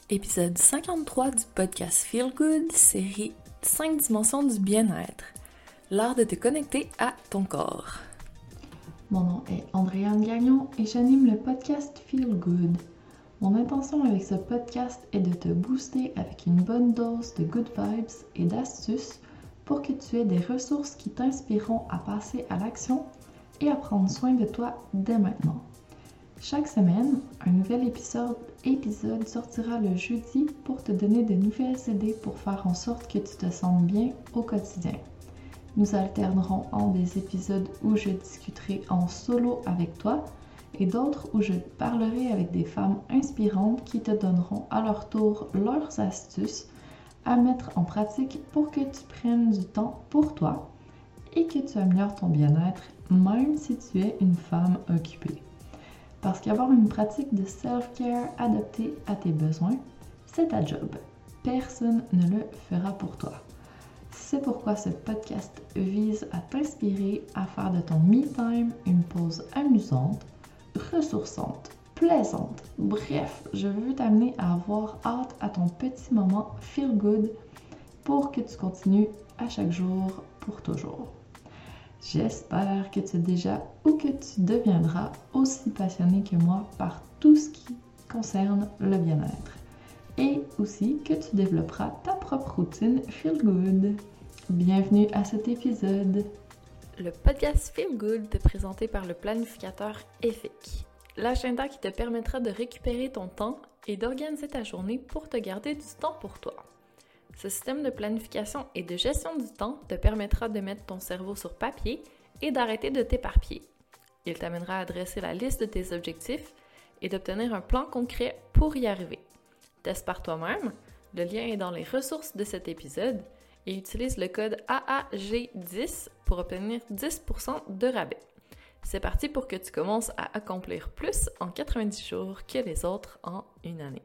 Épisode 53 du podcast Feel Good, série 5 dimensions du bien-être. L'art de te connecter à ton corps. Mon nom est Andréane Gagnon et j'anime le podcast Feel Good. Mon intention avec ce podcast est de te booster avec une bonne dose de good vibes et d'astuces pour que tu aies des ressources qui t'inspireront à passer à l'action et à prendre soin de toi dès maintenant. Chaque semaine, un nouvel épisode sortira le jeudi pour te donner de nouvelles idées pour faire en sorte que tu te sentes bien au quotidien. Nous alternerons en des épisodes où je discuterai en solo avec toi et d'autres où je parlerai avec des femmes inspirantes qui te donneront à leur tour leurs astuces à mettre en pratique pour que tu prennes du temps pour toi et que tu améliores ton bien-être même si tu es une femme occupée. Parce qu'avoir une pratique de self-care adaptée à tes besoins, c'est ta job. Personne ne le fera pour toi. C'est pourquoi ce podcast vise à t'inspirer à faire de ton me-time une pause amusante, ressourçante, plaisante. Bref, je veux t'amener à avoir hâte à ton petit moment feel good pour que tu continues à chaque jour pour toujours. J'espère que tu es déjà ou que tu deviendras aussi passionné que moi par tout ce qui concerne le bien-être. Et aussi que tu développeras ta propre routine Feel Good. Bienvenue à cet épisode. Le podcast Feel Good est présenté par le planificateur EFIC, l'agenda qui te permettra de récupérer ton temps et d'organiser ta journée pour te garder du temps pour toi. Ce système de planification et de gestion du temps te permettra de mettre ton cerveau sur papier et d'arrêter de t'éparpiller. Il t'amènera à dresser la liste de tes objectifs et d'obtenir un plan concret pour y arriver. Teste par toi-même, le lien est dans les ressources de cet épisode et utilise le code AAG10 pour obtenir 10% de rabais. C'est parti pour que tu commences à accomplir plus en 90 jours que les autres en une année.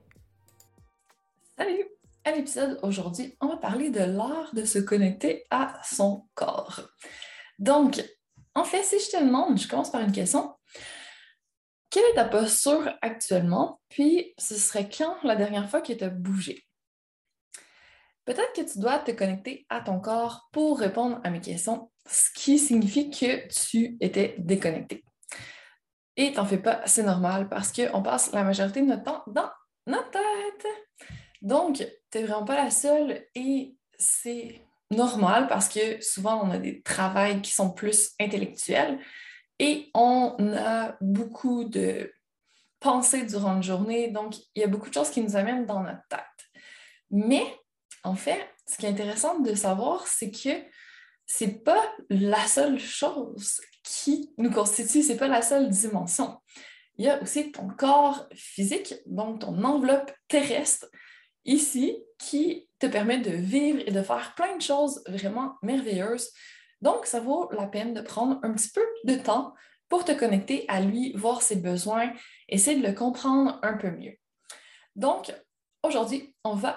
Salut! À l'épisode aujourd'hui, on va parler de l'art de se connecter à son corps. Donc, en fait, si je te demande, je commence par une question. Quelle est ta posture actuellement? Puis, ce serait quand la dernière fois que tu as bougé? Peut-être que tu dois te connecter à ton corps pour répondre à mes questions, ce qui signifie que tu étais déconnecté. Et t'en fais pas, c'est normal parce qu'on passe la majorité de notre temps dans notre tête. Donc, t'es vraiment pas la seule et c'est normal parce que souvent on a des travails qui sont plus intellectuels et on a beaucoup de pensées durant une journée, donc il y a beaucoup de choses qui nous amènent dans notre tête. Mais, en fait, ce qui est intéressant de savoir, c'est que c'est pas la seule chose qui nous constitue, c'est pas la seule dimension. Il y a aussi ton corps physique, donc ton enveloppe terrestre, ici, qui te permet de vivre et de faire plein de choses vraiment merveilleuses. Donc, ça vaut la peine de prendre un petit peu de temps pour te connecter à lui, voir ses besoins, essayer de le comprendre un peu mieux. Donc, aujourd'hui, on va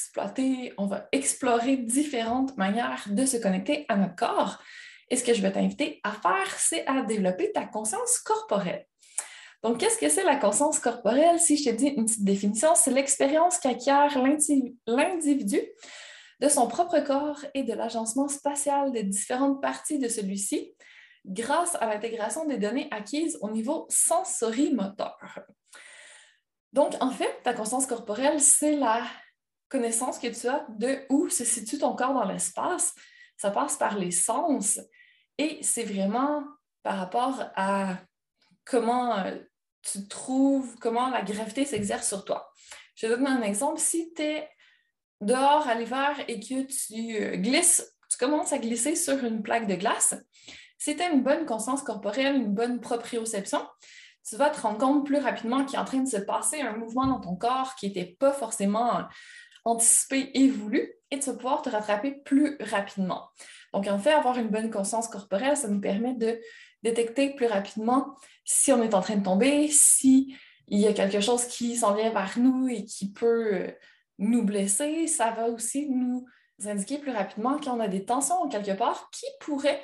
explorer différentes manières de se connecter à notre corps. Et ce que je vais t'inviter à faire, c'est à développer ta conscience corporelle. Donc, qu'est-ce que c'est la conscience corporelle? Si je te dis une petite définition, c'est l'expérience qu'acquiert l'individu de son propre corps et de l'agencement spatial de différentes parties de celui-ci grâce à l'intégration des données acquises au niveau sensorimoteur. Donc, en fait, ta conscience corporelle, c'est la connaissance que tu as de où se situe ton corps dans l'espace. Ça passe par les sens et c'est vraiment par rapport à comment tu trouves, comment la gravité s'exerce sur toi. Je te donne un exemple. Si tu es dehors à l'hiver et que tu commences à glisser sur une plaque de glace, si tu as une bonne conscience corporelle, une bonne proprioception, tu vas te rendre compte plus rapidement qu'il est en train de se passer un mouvement dans ton corps qui n'était pas forcément anticipé et voulu, et tu vas pouvoir te rattraper plus rapidement. Donc, en fait, avoir une bonne conscience corporelle, ça nous permet de détecter plus rapidement si on est en train de tomber, s'il y a quelque chose qui s'en vient vers nous et qui peut nous blesser. Ça va aussi nous indiquer plus rapidement quand on a des tensions quelque part qui pourraient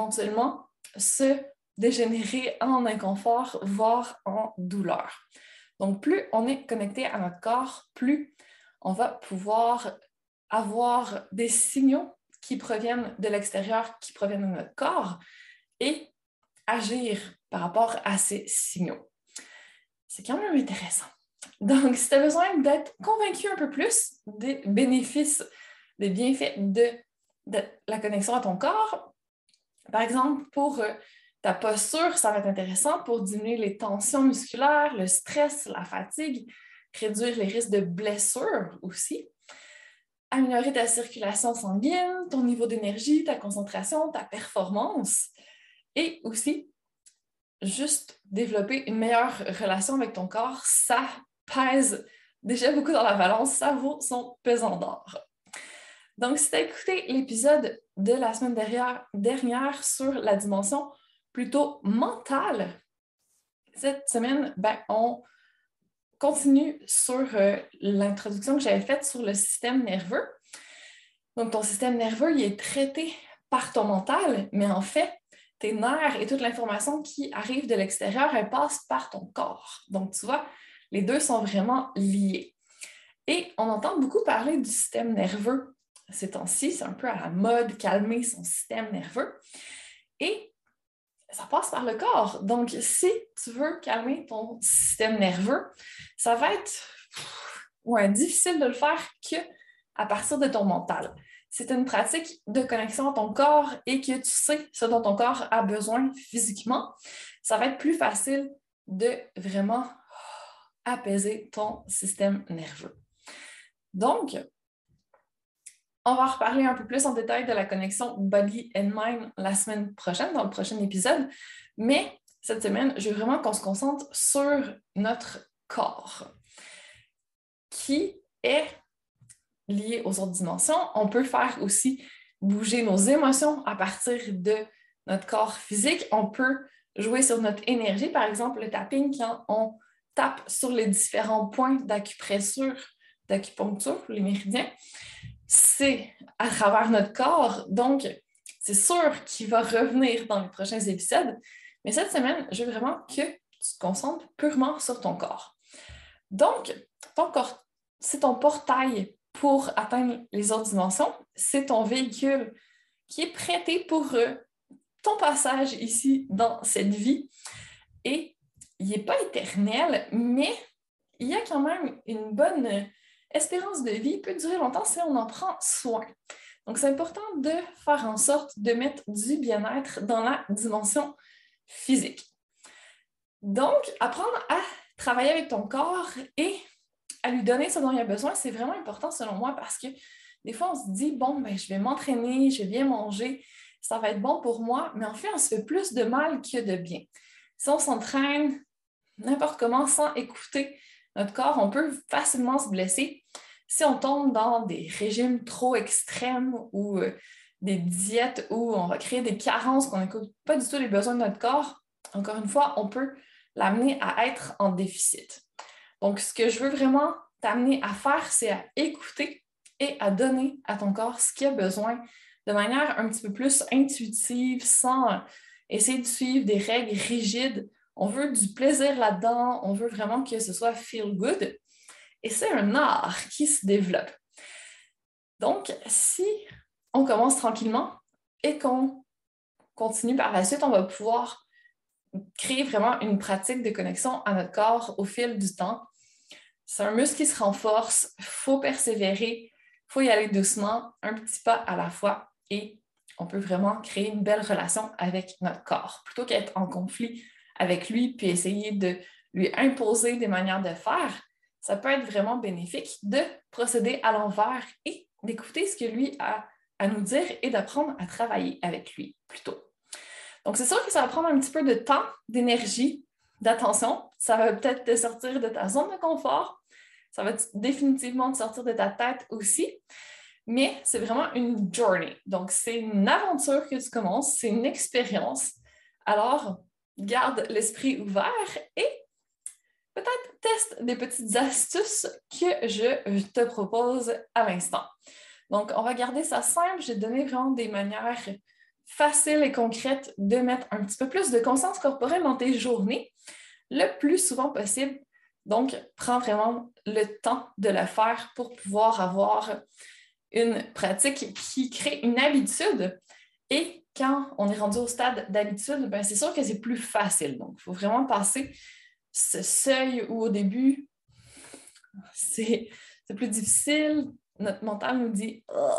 éventuellement se dégénérer en inconfort, voire en douleur. Donc, plus on est connecté à notre corps, plus on va pouvoir avoir des signaux qui proviennent de l'extérieur, qui proviennent de notre corps et agir par rapport à ces signaux. C'est quand même intéressant. Donc, si tu as besoin d'être convaincu un peu plus des bénéfices, des bienfaits de la connexion à ton corps, par exemple, pour ta posture, ça va être intéressant pour diminuer les tensions musculaires, le stress, la fatigue, réduire les risques de blessures aussi, améliorer ta circulation sanguine, ton niveau d'énergie, ta concentration, ta performance et aussi juste développer une meilleure relation avec ton corps. Ça pèse déjà beaucoup dans la balance, ça vaut son pesant d'or. Donc, si tu as écouté l'épisode de la semaine dernière sur la dimension plutôt mentale, cette semaine, on continue sur l'introduction que j'avais faite sur le système nerveux. Donc, ton système nerveux, il est traité par ton mental, mais en fait, tes nerfs et toute l'information qui arrive de l'extérieur, elle passe par ton corps. Donc, tu vois, les deux sont vraiment liés. Et on entend beaucoup parler du système nerveux ces temps-ci, c'est un peu à la mode, calmer son système nerveux. Et ça passe par le corps. Donc, si tu veux calmer ton système nerveux, ça va être difficile de le faire qu'à partir de ton mental. C'est une pratique de connexion à ton corps et que tu sais ce dont ton corps a besoin physiquement, ça va être plus facile de vraiment apaiser ton système nerveux. Donc, on va reparler un peu plus en détail de la connexion Body and Mind la semaine prochaine, dans le prochain épisode. Mais cette semaine, je veux vraiment qu'on se concentre sur notre corps, qui est lié aux autres dimensions. On peut faire aussi bouger nos émotions à partir de notre corps physique. On peut jouer sur notre énergie. Par exemple, le tapping, quand on tape sur les différents points d'acupuncture, les méridiens, c'est à travers notre corps. Donc, c'est sûr qu'il va revenir dans les prochains épisodes. Mais cette semaine, je veux vraiment que tu te concentres purement sur ton corps. Donc, ton corps, c'est ton portail pour atteindre les autres dimensions. C'est ton véhicule qui est prêté pour ton passage ici dans cette vie. Et il n'est pas éternel, mais il y a quand même une bonne espérance de vie, peut durer longtemps si on en prend soin. Donc, c'est important de faire en sorte de mettre du bien-être dans la dimension physique. Donc, apprendre à travailler avec ton corps et à lui donner ce dont il a besoin, c'est vraiment important selon moi parce que des fois, on se dit, je vais m'entraîner, je vais bien manger, ça va être bon pour moi, mais en fait, on se fait plus de mal que de bien. Si on s'entraîne n'importe comment sans écouter notre corps, on peut facilement se blesser si on tombe dans des régimes trop extrêmes ou des diètes où on va créer des carences, qu'on n'écoute pas du tout les besoins de notre corps. Encore une fois, on peut l'amener à être en déficit. Donc, ce que je veux vraiment t'amener à faire, c'est à écouter et à donner à ton corps ce qu'il a besoin de manière un petit peu plus intuitive, sans essayer de suivre des règles rigides. On veut du plaisir là-dedans, on veut vraiment que ce soit feel good. Et c'est un art qui se développe. Donc, si on commence tranquillement et qu'on continue par la suite, on va pouvoir créer vraiment une pratique de connexion à notre corps au fil du temps. C'est un muscle qui se renforce, il faut persévérer, il faut y aller doucement, un petit pas à la fois et on peut vraiment créer une belle relation avec notre corps plutôt qu'être en conflit avec lui puis essayer de lui imposer des manières de faire. Ça peut être vraiment bénéfique de procéder à l'envers et d'écouter ce que lui a à nous dire et d'apprendre à travailler avec lui plutôt. Donc, c'est sûr que ça va prendre un petit peu de temps, d'énergie, d'attention. Ça va peut-être te sortir de ta zone de confort. Ça va définitivement te sortir de ta tête aussi. Mais c'est vraiment une journey. Donc, c'est une aventure que tu commences, c'est une expérience. Alors, garde l'esprit ouvert et peut-être teste des petites astuces que je te propose à l'instant. Donc, on va garder ça simple. J'ai donné vraiment des manières faciles et concrètes de mettre un petit peu plus de conscience corporelle dans tes journées le plus souvent possible. Donc, prends vraiment le temps de le faire pour pouvoir avoir une pratique qui crée une habitude. Et quand on est rendu au stade d'habitude, ben c'est sûr que c'est plus facile. Donc, il faut vraiment passer ce seuil où au début, c'est plus difficile. Notre mental nous dit oh,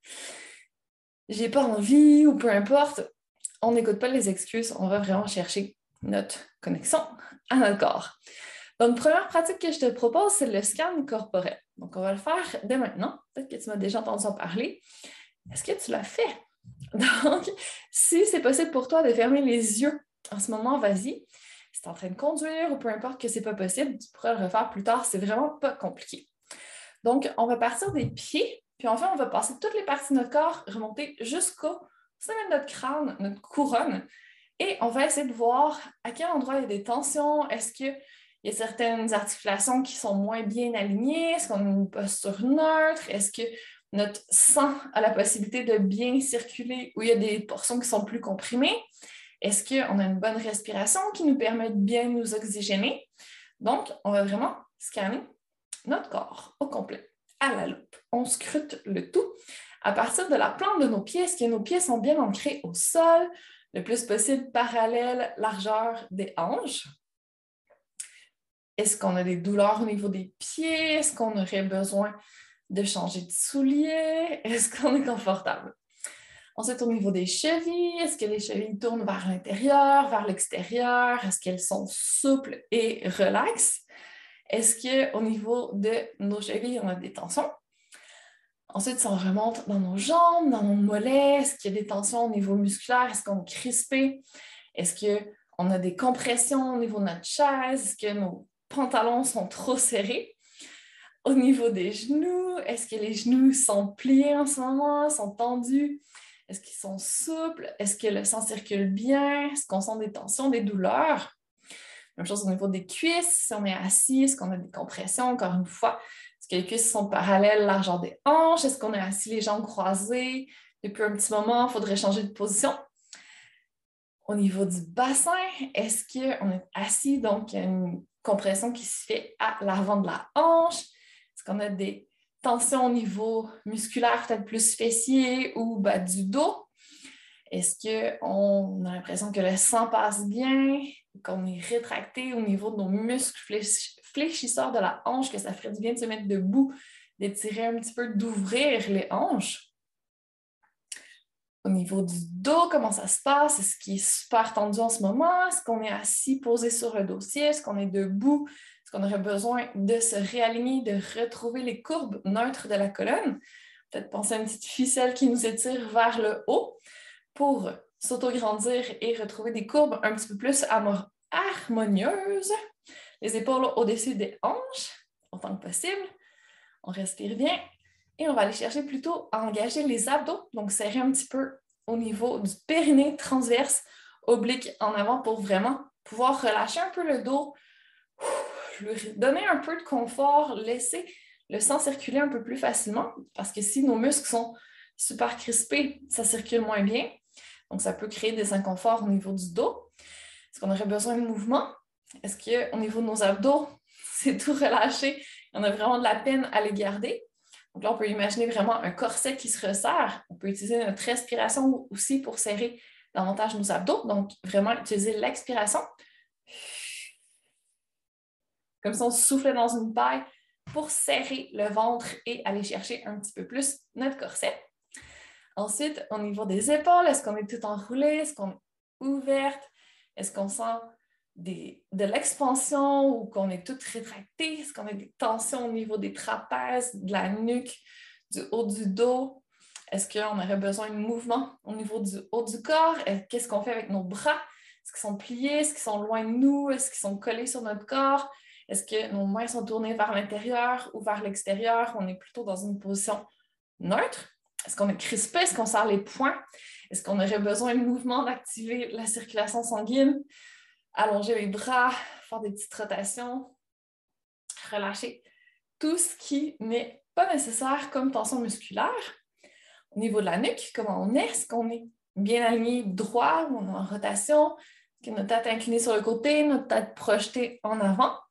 j'ai pas envie ou peu importe. On n'écoute pas les excuses, on va vraiment chercher notre connexion à notre corps. Donc, première pratique que je te propose, c'est le scan corporel. Donc, on va le faire dès maintenant. Peut-être que tu m'as déjà entendu en parler. Est-ce que tu l'as fait? Donc, si c'est possible pour toi de fermer les yeux en ce moment, vas-y. Si tu es en train de conduire ou peu importe que ce n'est pas possible, tu pourras le refaire plus tard. C'est vraiment pas compliqué. Donc, on va partir des pieds, puis enfin, on va passer toutes les parties de notre corps, remonter jusqu'au sommet de notre crâne, notre couronne, et on va essayer de voir à quel endroit il y a des tensions. Est-ce qu'il y a certaines articulations qui sont moins bien alignées? Est-ce qu'on a une posture neutre? Est-ce que notre sang a la possibilité de bien circuler ou il y a des portions qui sont plus comprimées? Est-ce qu'on a une bonne respiration qui nous permet de bien nous oxygéner? Donc, on va vraiment scanner notre corps au complet, à la loupe. On scrute le tout à partir de la plante de nos pieds. Est-ce que nos pieds sont bien ancrés au sol, le plus possible parallèle, largeur des hanches? Est-ce qu'on a des douleurs au niveau des pieds? Est-ce qu'on aurait besoin de changer de souliers? Est-ce qu'on est confortable? Ensuite, au niveau des chevilles, est-ce que les chevilles tournent vers l'intérieur, vers l'extérieur? Est-ce qu'elles sont souples et relaxes? Est-ce qu'au niveau de nos chevilles, on a des tensions? Ensuite, si on remonte dans nos jambes, dans nos mollets, est-ce qu'il y a des tensions au niveau musculaire? Est-ce qu'on est crispé? Est-ce qu'on a des compressions au niveau de notre chaise? Est-ce que nos pantalons sont trop serrés? Au niveau des genoux, est-ce que les genoux sont pliés en ce moment, sont tendus? Est-ce qu'ils sont souples? Est-ce que le sang circule bien? Est-ce qu'on sent des tensions, des douleurs? Même chose au niveau des cuisses, si on est assis, est-ce qu'on a des compressions, encore une fois? Est-ce que les cuisses sont parallèles, largeur des hanches? Est-ce qu'on est assis, les jambes croisées? Depuis un petit moment, il faudrait changer de position. Au niveau du bassin, est-ce qu'on est assis, donc il y a une compression qui se fait à l'avant de la hanche? Est-ce qu'on a des tensions au niveau musculaire, peut-être plus fessier ou du dos? Est-ce qu'on a l'impression que le sang passe bien, qu'on est rétracté au niveau de nos muscles fléchisseurs de la hanche, que ça ferait du bien de se mettre debout, d'étirer un petit peu, d'ouvrir les hanches? Au niveau du dos, comment ça se passe? Est-ce qu'il est super tendu en ce moment? Est-ce qu'on est assis, posé sur le dossier? Est-ce qu'on est debout? Est-ce qu'on aurait besoin de se réaligner, de retrouver les courbes neutres de la colonne? Peut-être penser à une petite ficelle qui nous étire vers le haut pour s'autograndir et retrouver des courbes un petit peu plus harmonieuses. Les épaules au-dessus des hanches, autant que possible. On respire bien. Et on va aller chercher plutôt à engager les abdos, donc serrer un petit peu au niveau du périnée transverse, oblique en avant pour vraiment pouvoir relâcher un peu le dos, lui donner un peu de confort, laisser le sang circuler un peu plus facilement, parce que si nos muscles sont super crispés, ça circule moins bien. Donc, ça peut créer des inconforts au niveau du dos. Est-ce qu'on aurait besoin de mouvement? Est-ce qu'au niveau de nos abdos, c'est tout relâché? On a vraiment de la peine à les garder. Donc là, on peut imaginer vraiment un corset qui se resserre. On peut utiliser notre respiration aussi pour serrer davantage nos abdos. Donc, vraiment utiliser l'expiration. Comme si on soufflait dans une paille pour serrer le ventre et aller chercher un petit peu plus notre corset. Ensuite, au niveau des épaules, est-ce qu'on est tout enroulé? Est-ce qu'on est ouverte? Est-ce qu'on sent de l'expansion ou qu'on est tout rétracté? Est-ce qu'on a des tensions au niveau des trapèzes, de la nuque, du haut du dos? Est-ce qu'on aurait besoin de mouvement au niveau du haut du corps? Qu'est-ce qu'on fait avec nos bras? Est-ce qu'ils sont pliés? Est-ce qu'ils sont loin de nous? Est-ce qu'ils sont collés sur notre corps? Est-ce que nos mains sont tournées vers l'intérieur ou vers l'extérieur? On est plutôt dans une position neutre. Est-ce qu'on est crispé? Est-ce qu'on serre les poings? Est-ce qu'on aurait besoin de mouvement d'activer la circulation sanguine? Allonger les bras, faire des petites rotations, relâcher tout ce qui n'est pas nécessaire comme tension musculaire. Au niveau de la nuque, comment on est? Est-ce qu'on est bien aligné droit ou on est en rotation? Est-ce que notre tête est inclinée sur le côté, notre tête projetée en avant?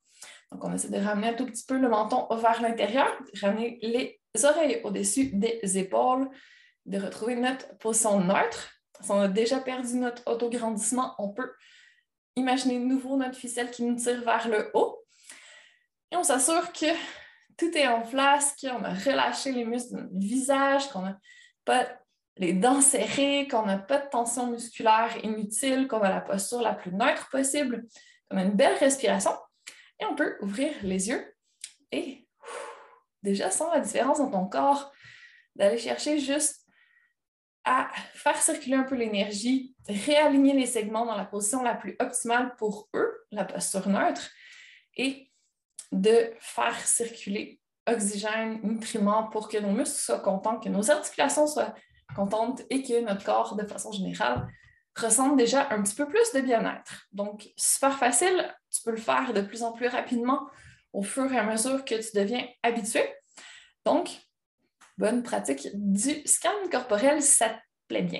Donc, on essaie de ramener un tout petit peu le menton vers l'intérieur, de ramener les oreilles au-dessus des épaules, de retrouver notre position neutre. Si on a déjà perdu notre autograndissement, on peut imaginer de nouveau notre ficelle qui nous tire vers le haut. Et on s'assure que tout est en place, qu'on a relâché les muscles de notre visage, qu'on n'a pas les dents serrées, qu'on n'a pas de tension musculaire inutile, qu'on a la posture la plus neutre possible, qu'on a une belle respiration. Et on peut ouvrir les yeux et déjà sens la différence dans ton corps, d'aller chercher juste à faire circuler un peu l'énergie, réaligner les segments dans la position la plus optimale pour eux, la posture neutre, et de faire circuler oxygène, nutriments pour que nos muscles soient contents, que nos articulations soient contentes et que notre corps, de façon générale, ressente déjà un petit peu plus de bien-être. Donc, super facile, tu peux le faire de plus en plus rapidement au fur et à mesure que tu deviens habitué. Donc, bonne pratique du scan corporel si ça te plaît bien.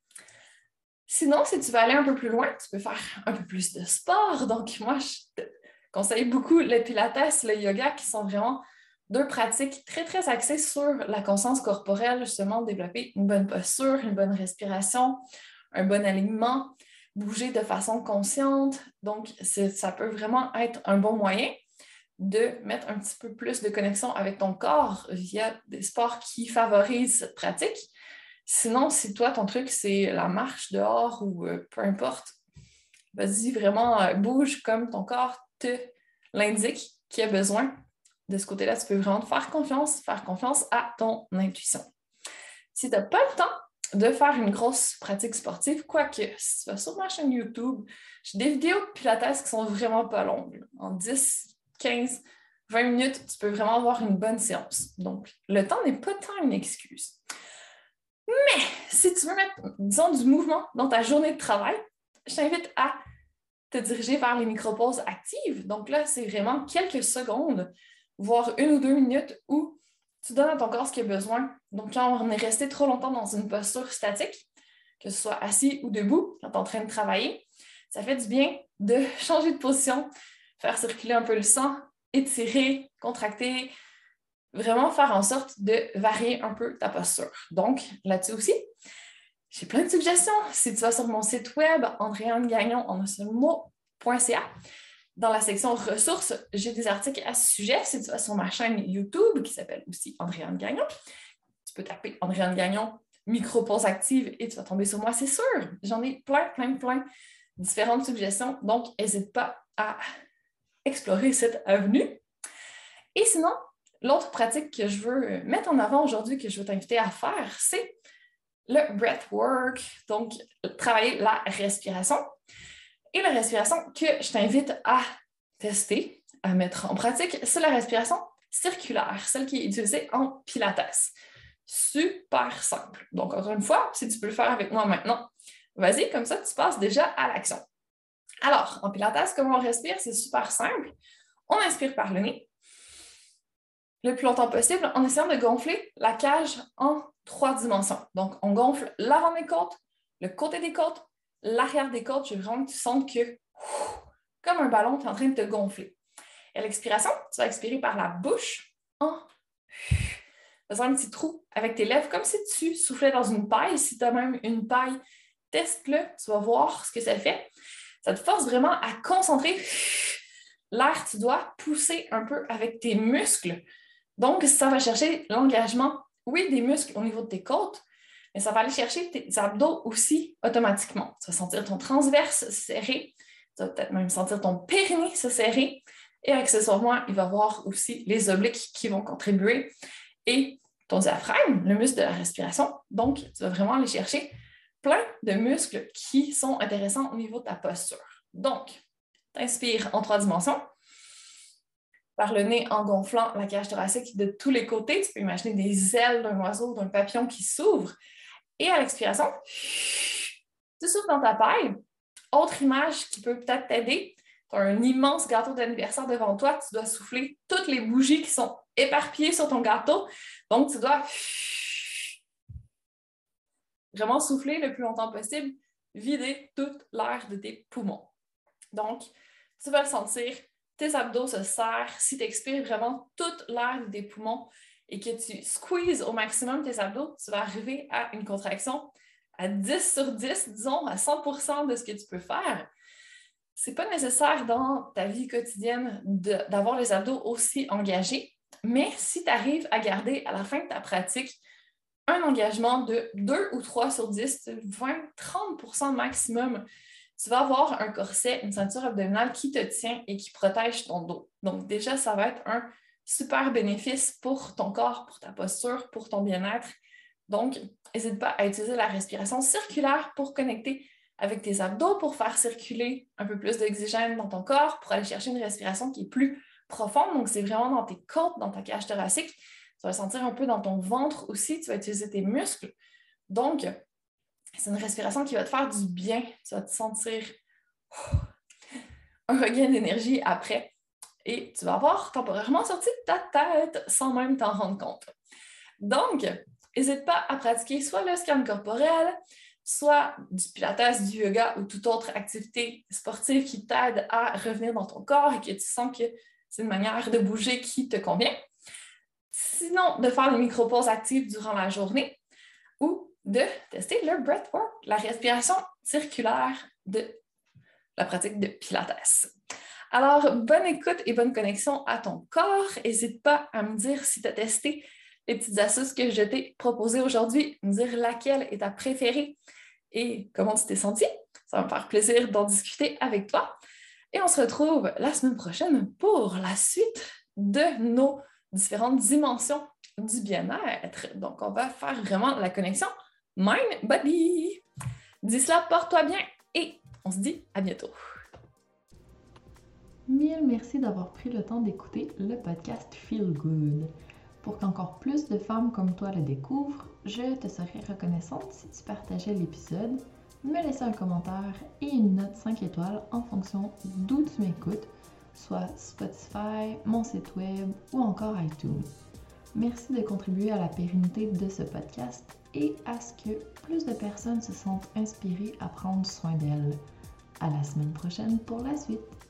Sinon, si tu veux aller un peu plus loin, tu peux faire un peu plus de sport. Donc, moi, je te conseille beaucoup le pilates, le yoga, qui sont vraiment deux pratiques très, très axées sur la conscience corporelle, justement, développer une bonne posture, une bonne respiration, un bon alignement, bouger de façon consciente. Donc, ça peut vraiment être un bon moyen de mettre un petit peu plus de connexion avec ton corps via des sports qui favorisent cette pratique. Sinon, si toi, ton truc, c'est la marche dehors ou peu importe, vas-y, vraiment, bouge comme ton corps te l'indique qu'il a besoin. De ce côté-là, tu peux vraiment te faire confiance à ton intuition. Si tu n'as pas le temps de faire une grosse pratique sportive, quoique, si tu vas sur ma chaîne YouTube, j'ai des vidéos de pilates qui sont vraiment pas longues. En 10, 15, 20 minutes, tu peux vraiment avoir une bonne séance. Donc, le temps n'est pas tant une excuse. Mais si tu veux mettre, disons, du mouvement dans ta journée de travail, je t'invite à te diriger vers les micro-pauses actives. Donc là, c'est vraiment quelques secondes, voire 1 ou 2 minutes où tu donnes à ton corps ce qu'il a besoin. Donc quand on est resté trop longtemps dans une posture statique, que ce soit assis ou debout, quand tu es en train de travailler, ça fait du bien de changer de position, faire circuler un peu le sang, étirer, contracter, vraiment faire en sorte de varier un peu ta posture. Donc, là-dessus aussi, j'ai plein de suggestions. Si tu vas sur mon site web, andréannegagnon, en un seul mot.ca, dans la section ressources, j'ai des articles à ce sujet. Si tu vas sur ma chaîne YouTube, qui s'appelle aussi Andréanne Gagnon, tu peux taper Andréanne Gagnon, micro-pause active, et tu vas tomber sur moi, c'est sûr. J'en ai plein, différentes suggestions. Donc, n'hésite pas à explorer cette avenue. Et sinon, l'autre pratique que je veux mettre en avant aujourd'hui, que je veux t'inviter à faire, c'est le breathwork, donc travailler la respiration. Et la respiration que je t'invite à tester, à mettre en pratique, c'est la respiration circulaire, celle qui est utilisée en pilates. Super simple. Donc, encore une fois, si tu peux le faire avec moi maintenant, vas-y, comme ça, tu passes déjà à l'action. Alors, en pilates, comment on respire? C'est super simple. On inspire par le nez le plus longtemps possible en essayant de gonfler la cage en 3 dimensions. Donc, on gonfle l'avant des côtes, le côté des côtes, l'arrière des côtes. Je veux vraiment que tu sentes que, comme un ballon, tu es en train de te gonfler. Et à l'expiration, tu vas expirer par la bouche en faisant un petit trou avec tes lèvres, comme si tu soufflais dans une paille. Si tu as même une paille, teste-le, tu vas voir ce que ça fait. Ça te force vraiment à concentrer l'air. Tu dois pousser un peu avec tes muscles. Donc, ça va chercher l'engagement, oui, des muscles au niveau de tes côtes, mais ça va aller chercher tes abdos aussi automatiquement. Tu vas sentir ton transverse se serrer, tu vas peut-être même sentir ton périnée se serrer, et accessoirement, il va y avoir aussi les obliques qui vont contribuer, et ton diaphragme, le muscle de la respiration. Donc, tu vas vraiment aller chercher plein de muscles qui sont intéressants au niveau de ta posture. Donc, tu inspires en 3 dimensions, par le nez en gonflant la cage thoracique de tous les côtés. Tu peux imaginer des ailes d'un oiseau, d'un papillon qui s'ouvrent. Et à l'expiration, tu souffles dans ta paille. Autre image qui peut peut-être t'aider, tu as un immense gâteau d'anniversaire devant toi. Tu dois souffler toutes les bougies qui sont éparpillées sur ton gâteau. Donc, tu dois vraiment souffler le plus longtemps possible, vider toute l'air de tes poumons. Donc, tu vas le sentir, tu tes abdos se serrent, si tu expires vraiment toute l'air des poumons et que tu squeezes au maximum tes abdos, tu vas arriver à une contraction à 10 sur 10, disons, à 100% de ce que tu peux faire. C'est pas nécessaire dans ta vie quotidienne d'avoir les abdos aussi engagés, mais si tu arrives à garder à la fin de ta pratique un engagement de 2 ou 3 sur 10, 20-30% maximum, tu vas avoir un corset, une ceinture abdominale qui te tient et qui protège ton dos. Donc déjà, ça va être un super bénéfice pour ton corps, pour ta posture, pour ton bien-être. Donc, n'hésite pas à utiliser la respiration circulaire pour connecter avec tes abdos, pour faire circuler un peu plus d'oxygène dans ton corps, pour aller chercher une respiration qui est plus profonde. Donc, c'est vraiment dans tes côtes, dans ta cage thoracique. Tu vas le sentir un peu dans ton ventre aussi. Tu vas utiliser tes muscles. Donc, c'est une respiration qui va te faire du bien. Tu vas te sentir un regain d'énergie après. Et tu vas avoir temporairement sorti de ta tête sans même t'en rendre compte. Donc, n'hésite pas à pratiquer soit le scan corporel, soit du pilates, du yoga ou toute autre activité sportive qui t'aide à revenir dans ton corps et que tu sens que c'est une manière de bouger qui te convient. Sinon, de faire des micro-pauses actives durant la journée ou de tester le breathwork, la respiration circulaire de la pratique de pilates. Alors, bonne écoute et bonne connexion à ton corps. N'hésite pas à me dire si tu as testé les petites astuces que je t'ai proposées aujourd'hui, me dire laquelle est ta préférée et comment tu t'es sentie. Ça va me faire plaisir d'en discuter avec toi. Et on se retrouve la semaine prochaine pour la suite de nos différentes dimensions du bien-être. Donc, on va faire vraiment la connexion mind-body. D'ici là, porte-toi bien et on se dit à bientôt. Mille merci d'avoir pris le temps d'écouter le podcast Feel Good. Pour qu'encore plus de femmes comme toi le découvrent, je te serais reconnaissante si tu partageais l'épisode, me laissais un commentaire et une note 5 étoiles en fonction d'où tu m'écoutes, soit Spotify, mon site web ou encore iTunes. Merci de contribuer à la pérennité de ce podcast et à ce que plus de personnes se sentent inspirées à prendre soin d'elles. À la semaine prochaine pour la suite!